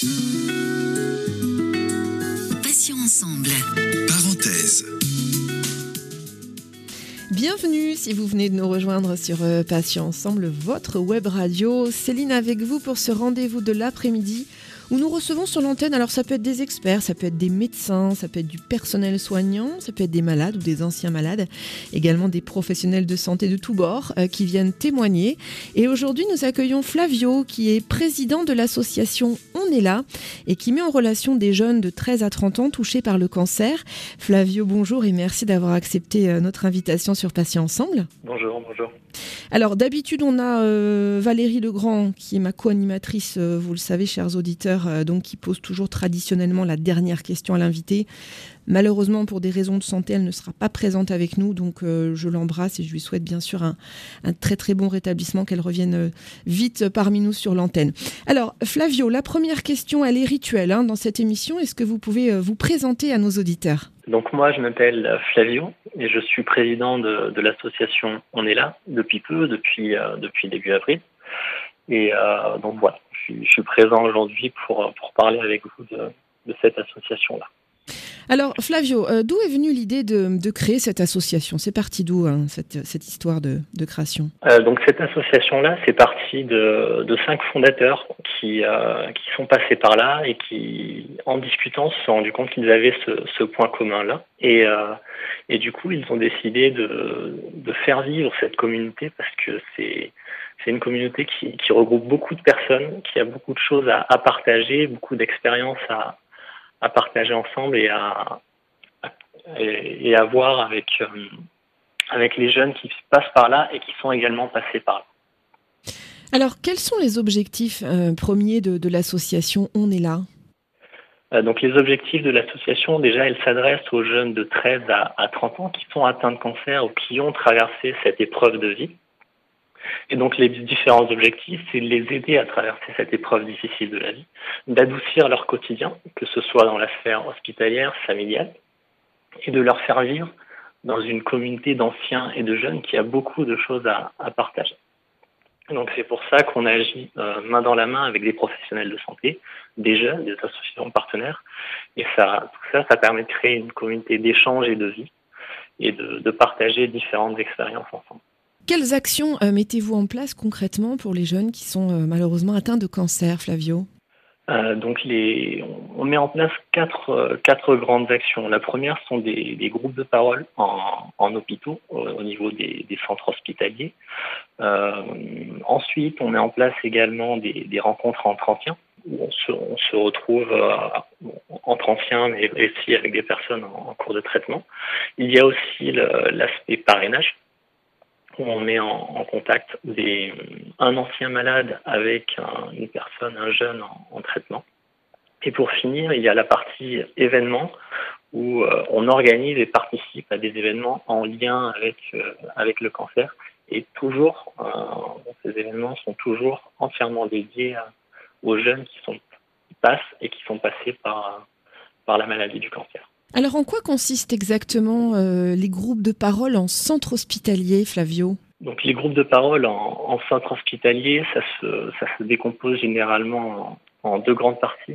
Passions ensemble. Parenthèse. Bienvenue si vous venez de nous rejoindre sur Passions ensemble, votre web radio. Céline avec vous pour ce rendez-vous de l'après-midi où nous recevons sur l'antenne, alors ça peut être des experts, ça peut être des médecins, ça peut être du personnel soignant, ça peut être des malades ou des anciens malades, également des professionnels de santé de tous bords qui viennent témoigner. Et aujourd'hui, nous accueillons Flavio qui est président de l'association On est là et qui met en relation des jeunes de 13 à 30 ans touchés par le cancer. Flavio, bonjour et merci d'avoir accepté notre invitation sur Passions ensemble. Bonjour. Alors d'habitude on a Valérie Legrand qui est ma co-animatrice, vous le savez chers auditeurs, donc qui pose toujours traditionnellement la dernière question à l'invité. Malheureusement pour des raisons de santé elle ne sera pas présente avec nous, donc je l'embrasse et je lui souhaite bien sûr un très très bon rétablissement, qu'elle revienne vite parmi nous sur l'antenne. Alors Flavio, la première question elle est rituelle dans cette émission, est-ce que vous pouvez vous présenter à nos auditeurs ? Donc moi je m'appelle Flavio et je suis président de l'association On est là depuis peu, depuis début avril. Et donc voilà, je suis présent aujourd'hui pour parler avec vous de cette association-là. Alors Flavio, d'où est venue l'idée de créer cette association ? C'est parti d'où cette histoire de création ? Donc cette association-là, c'est parti de 5 fondateurs qui sont passés par là et qui, en discutant, se sont rendus compte qu'ils avaient ce point commun-là. Et du coup, ils ont décidé de faire vivre cette communauté parce que c'est une communauté qui regroupe beaucoup de personnes, qui a beaucoup de choses à partager, beaucoup d'expériences à partager ensemble et à voir avec les jeunes qui passent par là et qui sont également passés par là. Alors, quels sont les objectifs premiers de l'association On est là ? Donc, les objectifs de l'association, déjà, elle s'adresse aux jeunes de 13 à 30 ans qui sont atteints de cancer ou qui ont traversé cette épreuve de vie. Et donc, les différents objectifs, c'est de les aider à traverser cette épreuve difficile de la vie, d'adoucir leur quotidien, que ce soit dans la sphère hospitalière, familiale, et de leur faire vivre dans une communauté d'anciens et de jeunes qui a beaucoup de choses à partager. Donc, c'est pour ça qu'on agit main dans la main avec des professionnels de santé, des jeunes, des associations partenaires. Et tout ça permet de créer une communauté d'échange et de vie et de partager différentes expériences ensemble. Quelles actions mettez-vous en place concrètement pour les jeunes qui sont malheureusement atteints de cancer, Flavio ? Donc on met en place quatre grandes actions. La première sont des groupes de parole en hôpitaux au niveau des centres hospitaliers. Ensuite, on met en place également des rencontres entre anciens où on se retrouve entre anciens, mais aussi avec des personnes en cours de traitement. Il y a aussi l'aspect parrainage, où on met en contact un ancien malade avec une personne, un jeune en traitement. Et pour finir, il y a la partie événements où on organise et participe à des événements en lien avec le cancer. Et toujours, ces événements sont toujours entièrement dédiés aux jeunes qui passent et qui sont passés par la maladie du cancer. Alors, en quoi consistent exactement les groupes de parole en centre hospitalier, Flavio ? Donc, les groupes de parole en centre hospitalier, ça se décompose généralement en 2 grandes parties.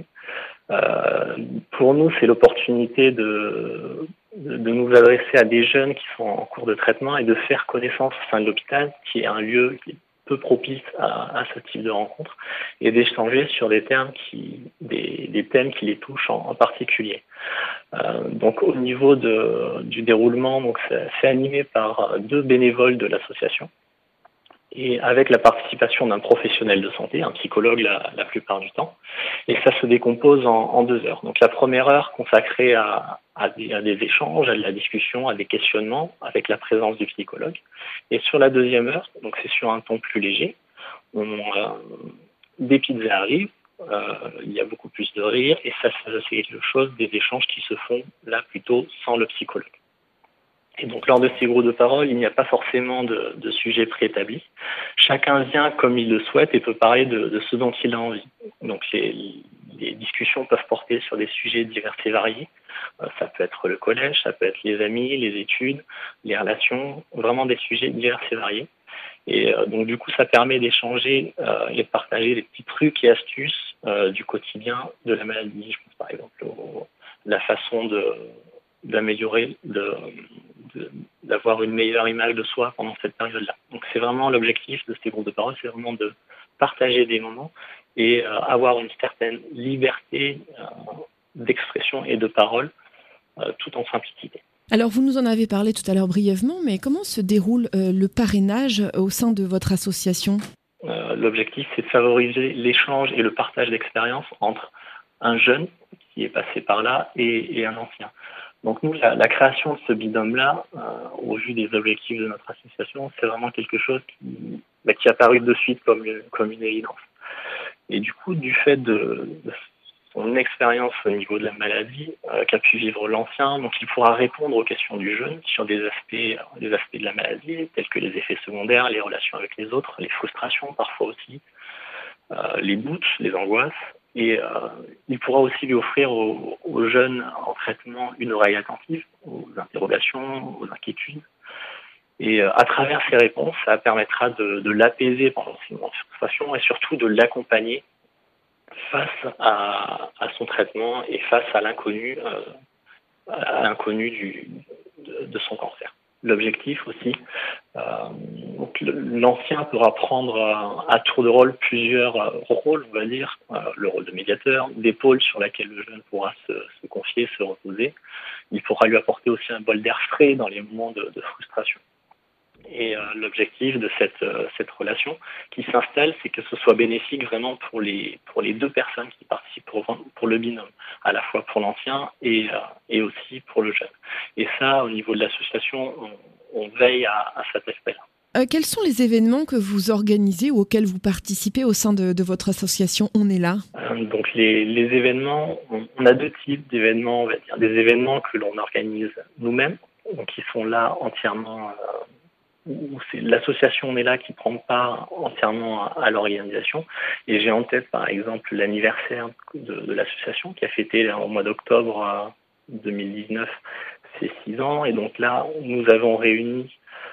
Pour nous, c'est l'opportunité de nous adresser à des jeunes qui sont en cours de traitement et de faire connaissance au sein de l'hôpital, qui est un lieu qui est peu propice à ce type de rencontre, et d'échanger sur des thèmes qui les touchent en particulier. Donc au niveau du déroulement, donc c'est animé par 2 bénévoles de l'association et avec la participation d'un professionnel de santé, un psychologue la plupart du temps. Et ça se décompose en 2 heures. Donc la première heure consacrée à des échanges, à de la discussion, à des questionnements avec la présence du psychologue. Et sur la deuxième heure, donc c'est sur un ton plus léger, des pizzas arrivent, il y a beaucoup plus de rire et ça c'est quelque chose, des échanges qui se font là plutôt sans le psychologue. Et donc lors de ces groupes de parole, il n'y a pas forcément de sujet préétabli. Chacun vient comme il le souhaite et peut parler de ce dont il a envie. Donc les discussions peuvent porter sur des sujets divers et variés. Ça peut être le collège, ça peut être les amis, les études, les relations, vraiment des sujets divers et variés. Et donc du coup, ça permet d'échanger et de partager des petits trucs et astuces du quotidien de la maladie. Je pense par exemple la façon d'améliorer, d'avoir une meilleure image de soi pendant cette période-là. Donc c'est vraiment l'objectif de ces groupes de parole, c'est vraiment de partager des moments et avoir une certaine liberté d'expression et de parole tout en simplicité. Alors, vous nous en avez parlé tout à l'heure brièvement, mais comment se déroule le parrainage au sein de votre association ? L'objectif, c'est de favoriser l'échange et le partage d'expériences entre un jeune qui est passé par là et un ancien. Donc nous, la création de ce binôme-là, au vu des objectifs de notre association, c'est vraiment quelque chose qui est apparu de suite comme une évidence. Et du coup, du fait de son expérience au niveau de la maladie qu'a pu vivre l'ancien, donc il pourra répondre aux questions du jeune sur des aspects de la maladie, tels que les effets secondaires, les relations avec les autres, les frustrations parfois aussi, les doutes, les angoisses. Et il pourra aussi lui offrir aux jeunes en traitement une oreille attentive aux interrogations, aux inquiétudes. Et à travers ces réponses, ça permettra de l'apaiser pendant ces moments de frustration et surtout de l'accompagner face à son traitement et face à l'inconnu de son cancer. L'objectif aussi, donc l'ancien pourra prendre à tour de rôle plusieurs rôles, on va dire, le rôle de médiateur, d'épaule sur laquelle le jeune pourra se confier, se reposer. Il pourra lui apporter aussi un bol d'air frais dans les moments de frustration. Et l'objectif de cette relation qui s'installe, c'est que ce soit bénéfique vraiment pour les deux personnes qui participent pour le binôme, à la fois pour l'ancien et aussi pour le jeune. Et ça, au niveau de l'association, on veille à cet aspect-là. Quels sont les événements que vous organisez ou auxquels vous participez au sein de votre association On est là ? Donc les événements, on a deux types d'événements, on va dire. Des événements que l'on organise nous-mêmes, donc qui sont là entièrement... où c'est l'association On est là qui prend part entièrement à l'organisation. Et j'ai en tête, par exemple, l'anniversaire de l'association qui a fêté au mois d'octobre 2019 ses 6 ans. Et donc là, nous avons réuni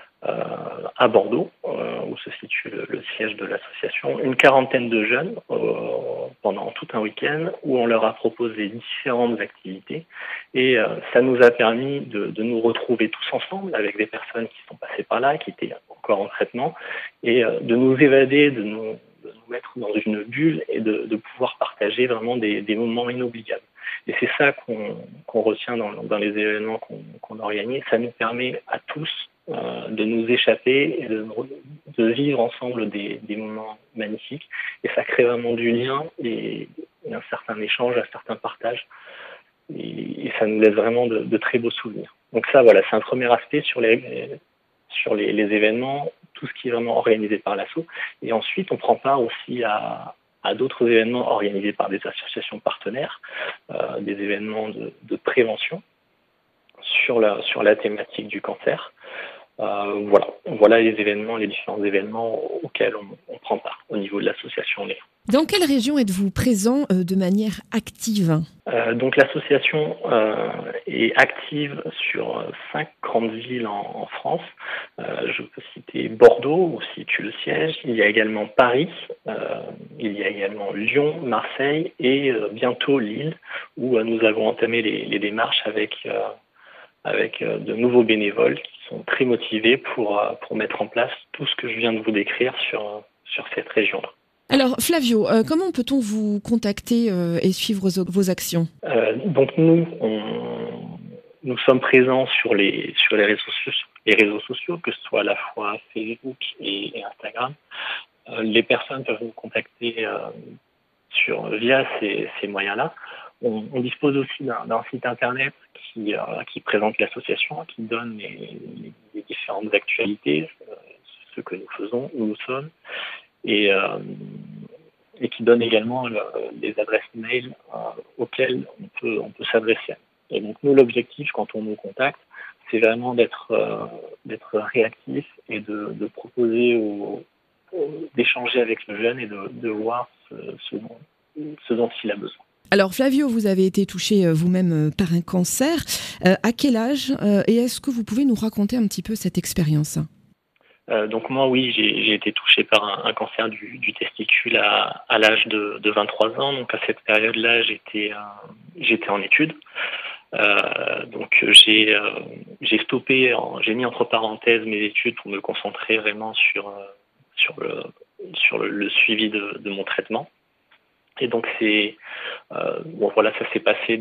à Bordeaux, où se situe le siège de l'association, une quarantaine de jeunes pendant tout un week-end où on leur a proposé différentes activités et ça nous a permis de nous retrouver tous ensemble avec des personnes qui sont passées par là, qui étaient encore en traitement et de nous évader, de nous mettre dans une bulle et de pouvoir partager vraiment des moments inoubliables. Et c'est ça qu'on retient dans les événements qu'on organise. Ça nous permet à tous de nous échapper et de vivre ensemble des moments magnifiques. Et ça crée vraiment du lien et un certain échange, un certain partage. Et ça nous laisse vraiment de très beaux souvenirs. Donc ça, voilà, c'est un premier aspect sur les événements, tout ce qui est vraiment organisé par l'asso. Et ensuite, on prend part aussi à d'autres événements organisés par des associations partenaires, des événements de prévention sur la thématique du cancer. Voilà les différents événements auxquels on prend part au niveau de l'association NEA. Dans quelle région êtes-vous présent de manière active ? Donc l'association est active sur 5 grandes villes en France. Je peux citer Bordeaux, où se situe le siège. Il y a également Paris, il y a également Lyon, Marseille et bientôt Lille, où nous avons entamé les démarches avec de nouveaux bénévoles qui sont très motivés pour mettre en place tout ce que je viens de vous décrire sur cette région-là. Alors Flavio, comment peut-on vous contacter et suivre vos actions ? Donc nous sommes présents sur les réseaux sociaux, que ce soit à la fois Facebook et Instagram. Les personnes peuvent nous contacter via ces moyens-là. On dispose aussi d'un site internet qui présente l'association, qui donne les différentes actualités, ce que nous faisons, où nous sommes, et qui donne également des adresses mail auxquelles on peut s'adresser. Et donc nous, l'objectif quand on nous contacte, c'est vraiment d'être réactif et de proposer d'échanger avec le jeune et de voir ce dont il a besoin. Alors Flavio, vous avez été touché vous-même par un cancer. À quel âge et est-ce que vous pouvez nous raconter un petit peu cette expérience ? Donc moi, oui, j'ai été touché par un cancer du testicule à l'âge de 23 ans. Donc à cette période-là, j'étais en études. Donc j'ai stoppé, j'ai mis entre parenthèses mes études pour me concentrer vraiment sur le suivi de mon traitement. Et donc bon voilà, ça s'est passé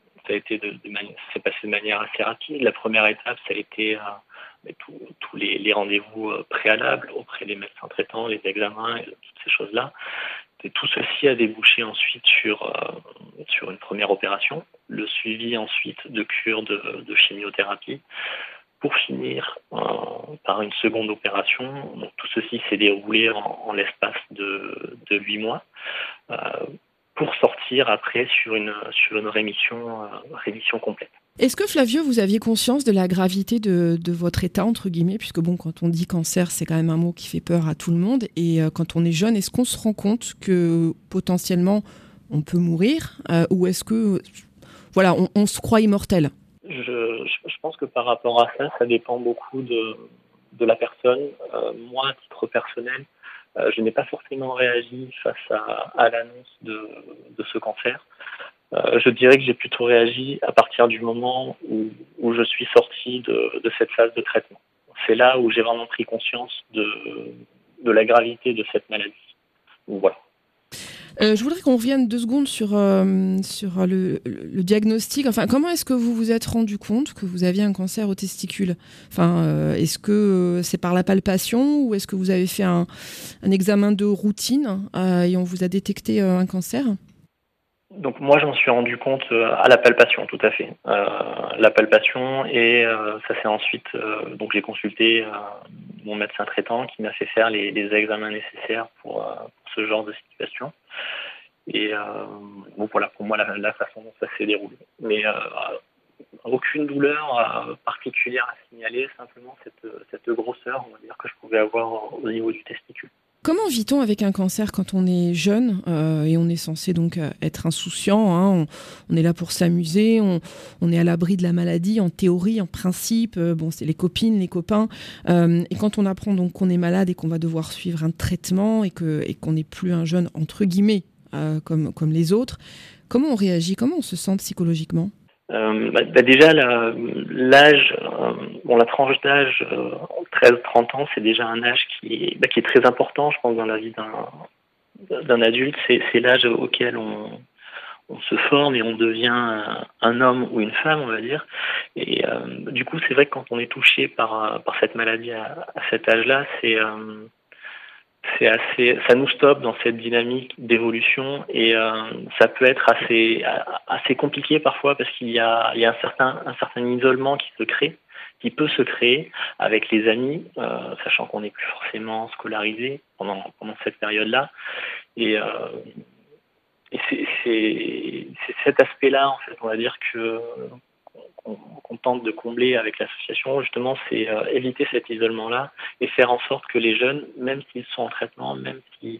de manière assez rapide. La première étape, ça a été tous les rendez-vous préalables auprès des médecins traitants, les examens et toutes ces choses-là. Et tout ceci a débouché ensuite sur une première opération, le suivi ensuite de cures de chimiothérapie, pour finir par une seconde opération. Donc, tout ceci s'est déroulé en l'espace de 8 mois, pour sortir après sur une rémission complète. Est-ce que Flavio, vous aviez conscience de la gravité de votre état, entre guillemets, puisque bon, quand on dit cancer, c'est quand même un mot qui fait peur à tout le monde, et quand on est jeune, est-ce qu'on se rend compte que potentiellement on peut mourir, ou est-ce que voilà, on se croit immortel? Je pense que par rapport à ça dépend beaucoup de la personne. Moi, à titre personnel, je n'ai pas forcément réagi face à l'annonce de ce cancer. Je dirais que j'ai plutôt réagi à partir du moment où je suis sorti de cette phase de traitement. C'est là où j'ai vraiment pris conscience de la gravité de cette maladie. Voilà. Je voudrais qu'on revienne 2 secondes sur le diagnostic. Enfin, comment est-ce que vous vous êtes rendu compte que vous aviez un cancer au testicule? Enfin, est-ce que c'est par la palpation ou est-ce que vous avez fait un examen de routine et on vous a détecté un cancer? Donc moi, j'en suis rendu compte à la palpation, tout à fait. La palpation, et ça c'est ensuite, donc j'ai consulté mon médecin traitant qui m'a fait faire les examens nécessaires pour ce genre de situation. Et bon voilà, pour moi la façon dont ça s'est déroulé. Mais aucune douleur particulière à signaler, simplement cette grosseur, on va dire, que je pouvais avoir au niveau du testicule. Comment vit-on avec un cancer quand on est jeune et on est censé donc être insouciant, hein, on est là pour s'amuser, on est à l'abri de la maladie en théorie, en principe, bon c'est les copines, les copains, et quand on apprend donc qu'on est malade et qu'on va devoir suivre un traitement et qu'on n'est plus un jeune entre guillemets comme les autres, comment on réagit, comment on se sent psychologiquement? Déjà l'âge, la tranche d'âge 13-30 ans, c'est déjà un âge qui est très important, je pense, dans la vie d'un adulte. C'est l'âge auquel on se forme et on devient un homme ou une femme, on va dire. Et du coup, c'est vrai que quand on est touché par cette maladie à cet âge-là, ça nous stoppe dans cette dynamique d'évolution, et ça peut être assez compliqué parfois, parce qu'il y a un certain isolement qui peut se créer avec les amis, sachant qu'on n'est plus forcément scolarisé pendant cette période-là, et c'est cet aspect-là, en fait, on va dire, qu'on tente de combler avec l'association, justement, c'est éviter cet isolement-là et faire en sorte que les jeunes, même s'ils sont en traitement, même s'ils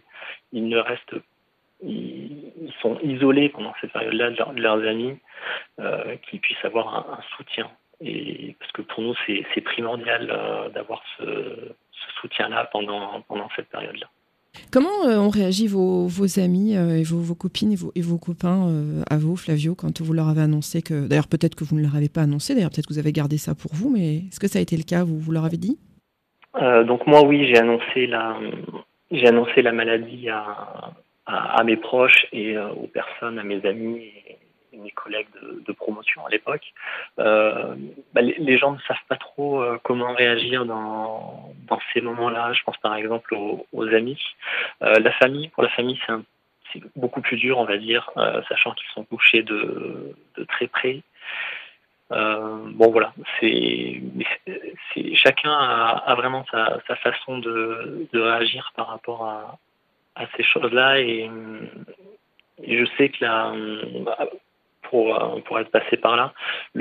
ils sont isolés pendant cette période-là de leurs amis, qu'ils puissent avoir un soutien. Et parce que pour nous, c'est primordial d'avoir ce soutien-là pendant cette période-là. Comment ont réagi vos amis et vos copines et vos copains à vous, Flavio, quand vous leur avez annoncé que... D'ailleurs, peut-être que vous ne leur avez pas annoncé, d'ailleurs, peut-être que vous avez gardé ça pour vous, mais est-ce que ça a été le cas, vous leur avez dit? Donc moi, oui, j'ai annoncé la maladie à mes proches et aux personnes, à mes amis et mes collègues de promotion à l'époque. Les gens ne savent pas trop comment réagir dans ces moments-là. Je pense par exemple aux amis. Pour la famille, c'est beaucoup plus dur, on va dire, sachant qu'ils sont touchés de très près. Voilà, chacun a vraiment sa façon de réagir par rapport à ces choses-là, et je sais que là, pour être passé par là,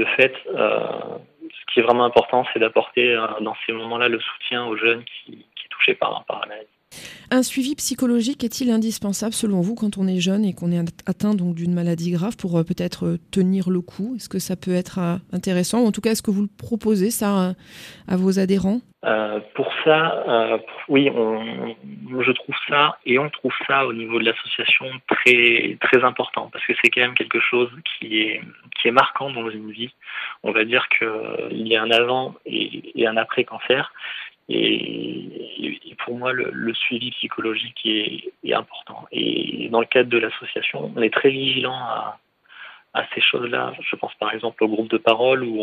ce qui est vraiment important, c'est d'apporter dans ces moments-là le soutien aux jeunes qui est touché par la maladie. Un suivi psychologique est-il indispensable selon vous quand on est jeune et qu'on est atteint donc d'une maladie grave pour peut-être tenir le coup? Est-ce que ça peut être intéressant? Ou en tout cas, est-ce que vous le proposez ça à vos adhérents? Pour ça, oui, je trouve ça et on trouve ça au niveau de l'association très très important parce que c'est quand même quelque chose qui est marquant dans une vie. On va dire que il y a un avant et un après cancer et pour moi le suivi psychologique est important. Et dans le cadre de l'association, on est très vigilant à ces choses-là. Je pense par exemple au groupe de parole où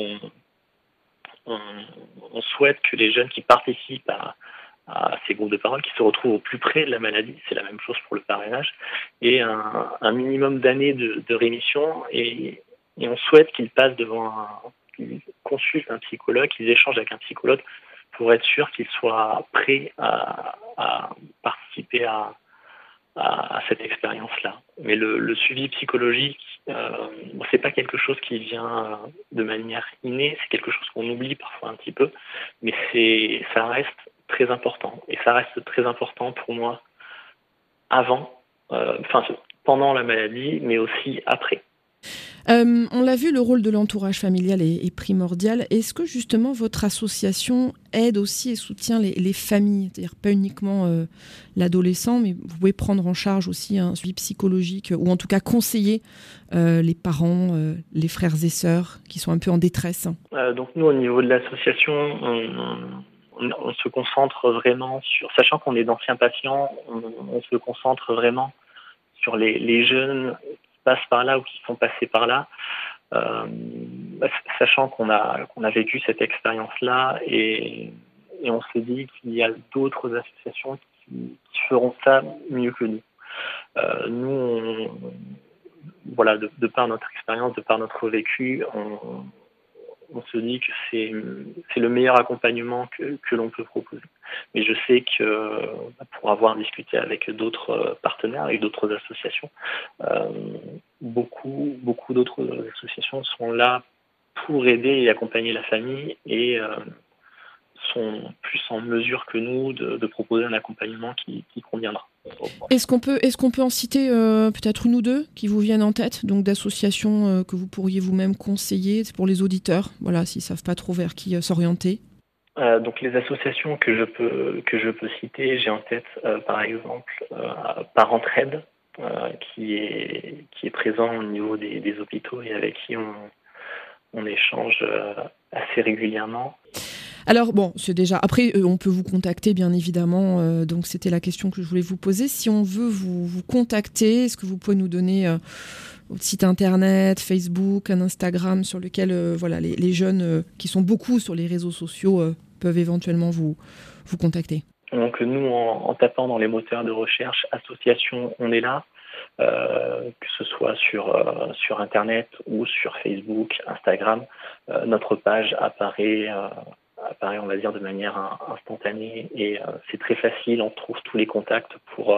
on souhaite que les jeunes qui participent à ces groupes de parole, qui se retrouvent au plus près de la maladie, c'est la même chose pour le parrainage, aient un minimum d'années de rémission et on souhaite qu'ils passent qu'ils consultent un psychologue, qu'ils échangent avec un psychologue pour être sûr qu'ils soient prêts à participer à cette expérience-là. Mais le suivi psychologique, c'est pas quelque chose qui vient de manière innée, c'est quelque chose qu'on oublie parfois un petit peu, mais ça reste très important. Et ça reste très important pour moi pendant la maladie, mais aussi après. On l'a vu, le rôle de l'entourage familial est primordial. Est-ce que justement votre association aide aussi et soutient les familles? C'est-à-dire pas uniquement l'adolescent, mais vous pouvez prendre en charge aussi un suivi psychologique ou en tout cas conseiller les parents, les frères et sœurs qui sont un peu en détresse. Donc nous, au niveau de l'association, on se concentre vraiment sachant qu'on est d'anciens patients, on se concentre vraiment sur les jeunes passent par là ou qui sont passés par là, sachant qu'on a vécu cette expérience-là et on se dit qu'il y a d'autres associations qui feront ça mieux que nous. Nous, voilà, de par notre expérience, de par notre vécu, on se dit que c'est le meilleur accompagnement que l'on peut proposer. Mais je sais que pour avoir discuté avec d'autres partenaires, avec d'autres associations, beaucoup d'autres associations sont là pour aider et accompagner la famille et sont plus en mesure que nous de proposer un accompagnement qui conviendra. Est-ce qu'on peut en citer peut-être une ou deux qui vous viennent en tête, donc d'associations que vous pourriez vous-même conseiller? C'est pour les auditeurs, voilà, s'ils savent pas trop vers qui s'orienter. Donc les associations que je peux citer, j'ai en tête par exemple Parentraide qui est présent au niveau des hôpitaux et avec qui on échange assez régulièrement. Alors bon, c'est déjà. Après, on peut vous contacter, bien évidemment. Donc c'était la question que je voulais vous poser. Si on veut vous contacter, est-ce que vous pouvez nous donner votre site internet, Facebook, un Instagram sur lequel voilà les jeunes qui sont beaucoup sur les réseaux sociaux peuvent éventuellement vous contacter? Donc nous, en tapant dans les moteurs de recherche association, on est là. Que ce soit sur Internet ou sur Facebook, Instagram, notre page apparaît, on va dire, de manière instantanée et c'est très facile, on trouve tous les contacts pour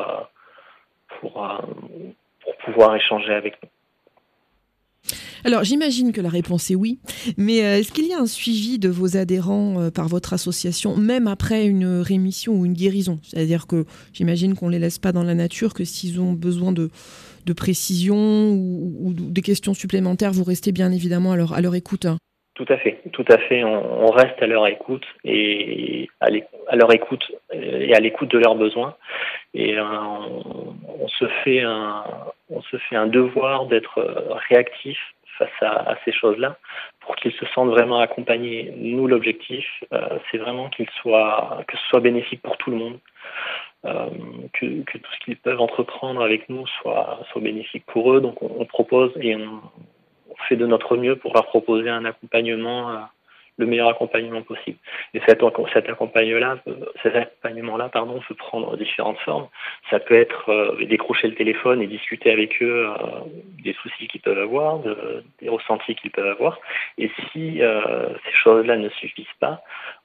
pouvoir échanger avec nous. Alors j'imagine que la réponse est oui, mais est-ce qu'il y a un suivi de vos adhérents par votre association, même après une rémission ou une guérison? C'est-à-dire que j'imagine qu'on ne les laisse pas dans la nature, que s'ils ont besoin de précision ou des questions supplémentaires, vous restez bien évidemment à leur écoute. Tout à fait. On reste à leur écoute et à leur écoute et à l'écoute de leurs besoins. Et on se fait un devoir d'être réactif face à ces choses-là pour qu'ils se sentent vraiment accompagnés. Nous, l'objectif, c'est vraiment que ce soit bénéfique pour tout le monde. Que tout ce qu'ils peuvent entreprendre avec nous soit bénéfique pour eux. Donc on propose et on fait de notre mieux pour leur proposer un accompagnement, le meilleur accompagnement possible. Et cet accompagnement-là, peut prendre différentes formes. Ça peut être décrocher le téléphone et discuter avec eux des soucis qu'ils peuvent avoir, des ressentis qu'ils peuvent avoir. Et si ces choses-là ne suffisent pas,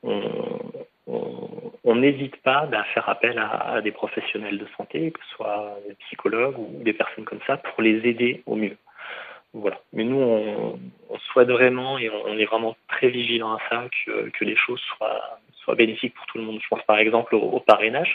on n'hésite pas à faire appel à des professionnels de santé, que ce soit des psychologues ou des personnes comme ça, pour les aider au mieux. Voilà. Mais nous, on souhaite vraiment et on est vraiment très vigilant à ça que les choses soient soit bénéfique pour tout le monde. Je pense par exemple au parrainage.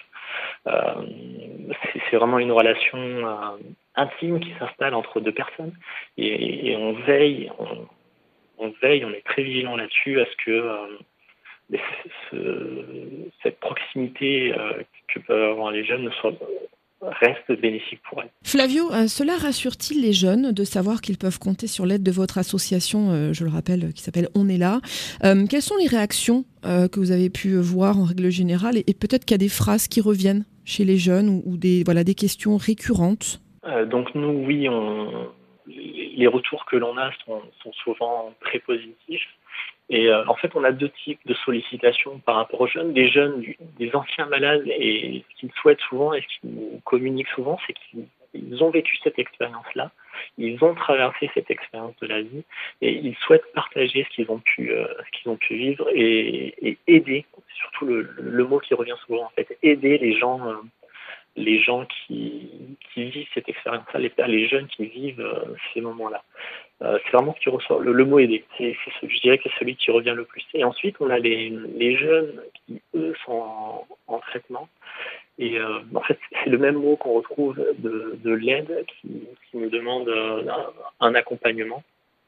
C'est vraiment une relation intime qui s'installe entre deux personnes et on veille, on est très vigilant là-dessus à ce que cette proximité que peuvent avoir les jeunes reste bénéfique pour elles. Flavio, cela rassure-t-il les jeunes de savoir qu'ils peuvent compter sur l'aide de votre association, je le rappelle, qui s'appelle On est là. Quelles sont les réactions que vous avez pu voir en règle générale et peut-être qu'il y a des phrases qui reviennent chez les jeunes ou des questions récurrentes? Donc nous, oui, les retours que l'on a sont souvent très positifs. Et en fait, on a deux types de sollicitations par rapport aux jeunes. Des jeunes, des anciens malades, et ce qu'ils souhaitent souvent et ce qu'ils nous communiquent souvent, c'est qu'ils ont vécu cette expérience-là, ils ont traversé cette expérience de la vie, et ils souhaitent partager ce qu'ils ont pu vivre et aider. C'est surtout le mot qui revient souvent en fait, aider les gens qui vivent cette expérience-là, les jeunes qui vivent ces moments-là. C'est vraiment ce qui ressort, le mot aider. Je dirais que c'est celui qui revient le plus. Et ensuite, on a les jeunes qui, eux, sont en traitement. Et en fait, c'est le même mot qu'on retrouve de l'aide qui nous demande un accompagnement.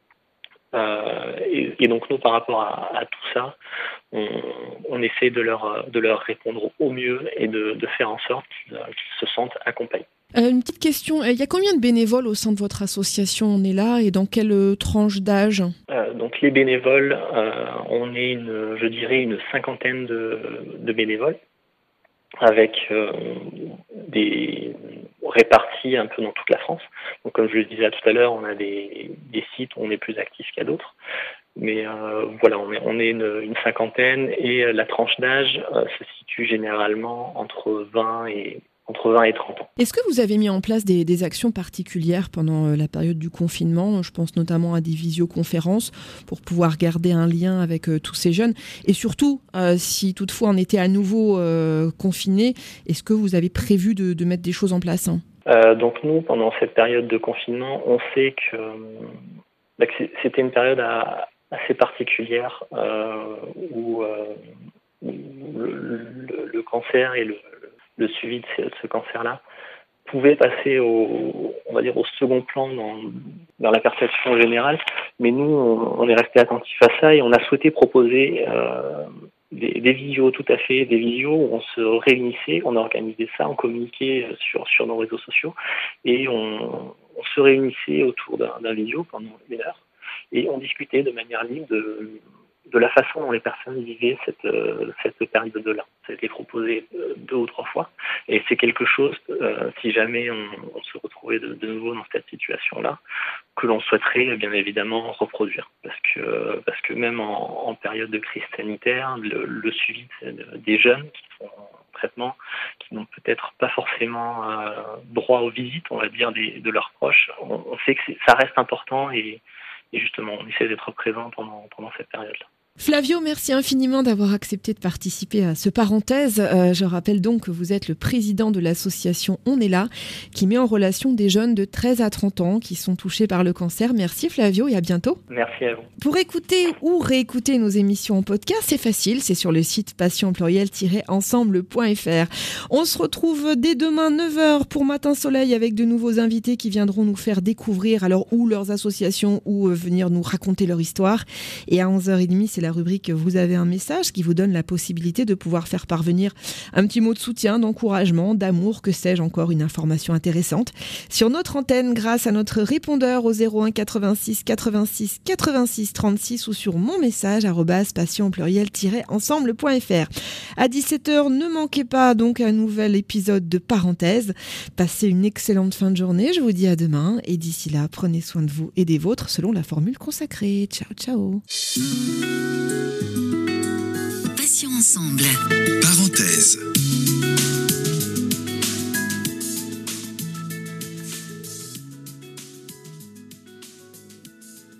Et donc, nous, par rapport à tout ça, on essaie de leur répondre au mieux et de faire en sorte qu'ils se sentent accompagnés. Une petite question, il y a combien de bénévoles au sein de votre association On est là et dans quelle tranche d'âge? Donc les bénévoles, on est une cinquantaine de bénévoles avec des répartis un peu dans toute la France. Donc comme je le disais tout à l'heure, on a des sites où on est plus actif qu'à d'autres. Mais voilà, on est une cinquantaine et la tranche d'âge se situe généralement entre 20 et 30 ans. Est-ce que vous avez mis en place des actions particulières pendant la période du confinement? Je pense notamment à des visioconférences pour pouvoir garder un lien avec tous ces jeunes. Et surtout, si toutefois on était à nouveau confiné, est-ce que vous avez prévu de mettre des choses en place? Donc nous, pendant cette période de confinement, on sait que c'était une période assez particulière où le cancer et le suivi de ce cancer-là pouvait passer au second plan dans la perception générale. Mais nous, on est resté attentifs à ça et on a souhaité proposer des visios, tout à fait, des visios où on se réunissait, on organisait ça, on communiquait sur nos réseaux sociaux et on se réunissait autour d'un visio pendant 1 heure et on discutait de manière libre de la façon dont les personnes vivaient cette période-là. Ça a été proposé 2 ou 3 fois. Et c'est quelque chose, si jamais on se retrouvait de nouveau dans cette situation-là, que l'on souhaiterait bien évidemment reproduire. Parce que même en période de crise sanitaire, le suivi des jeunes qui sont en traitement, qui n'ont peut-être pas forcément droit aux visites, on va dire, de leurs proches, on sait que ça reste important et justement, on essaie d'être présent pendant cette période-là. Flavio, merci infiniment d'avoir accepté de participer à ce parenthèse. Je rappelle donc que vous êtes le président de l'association On est là, qui met en relation des jeunes de 13 à 30 ans qui sont touchés par le cancer. Merci Flavio et à bientôt. Merci à vous. Pour écouter ou réécouter nos émissions en podcast, c'est facile, c'est sur le site passion-ensemble.fr. On se retrouve dès demain 9h pour Matin Soleil avec de nouveaux invités qui viendront nous faire découvrir alors ou leurs associations ou venir nous raconter leur histoire. Et à 11h30, c'est la rubrique Vous avez un message qui vous donne la possibilité de pouvoir faire parvenir un petit mot de soutien, d'encouragement, d'amour, que sais-je encore, une information intéressante sur notre antenne grâce à notre répondeur au 01 86 86 86 36 ou sur mon message @passion-ensemble.fr. À 17h, ne manquez pas donc un nouvel épisode de Parenthèse. Passez une excellente fin de journée, je vous dis à demain et d'ici là, prenez soin de vous et des vôtres selon la formule consacrée. Ciao, ciao. Passion ensemble. Parenthèse.